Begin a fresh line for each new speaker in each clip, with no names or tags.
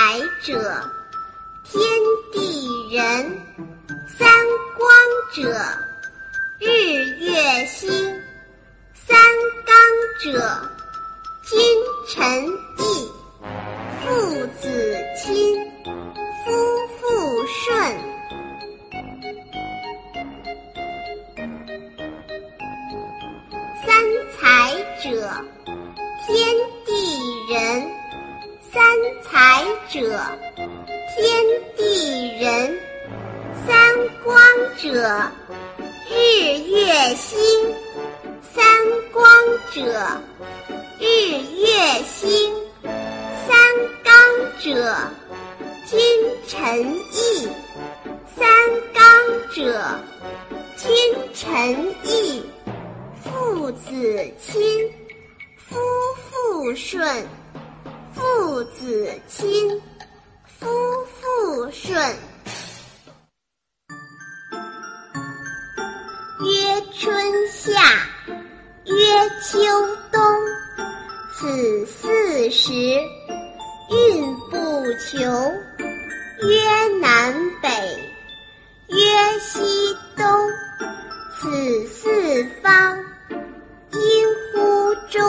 才者，天地人。三光者，日月星。三纲者，君臣义。父子亲，夫妇顺。三才者，天地人。三才者，天地人。三光者，日月星。三光者，日月星。三纲者，君臣义。三纲者，君臣义。父子亲，夫妇顺。父子亲，夫妇顺。曰春夏，曰秋冬，此四时，运不穷。曰南北，曰西东，此四方，应乎中。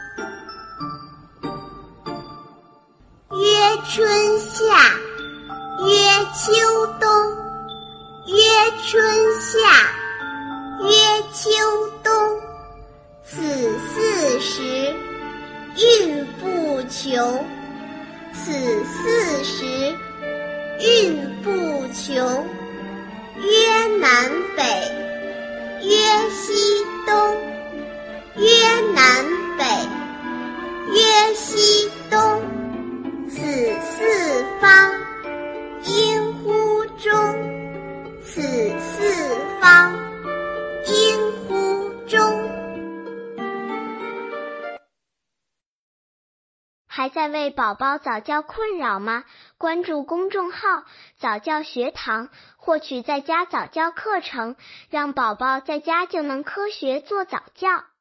曰春夏，曰秋冬，曰春夏，曰秋冬，此四时，运不穷。此四时，运不穷。曰南北，曰西东，曰南北，曰西东，此四方，应乎中。此四方，应乎中。
还在为宝宝早教困扰吗？关注公众号早教学堂，获取在家早教课程，让宝宝在家就能科学做早教。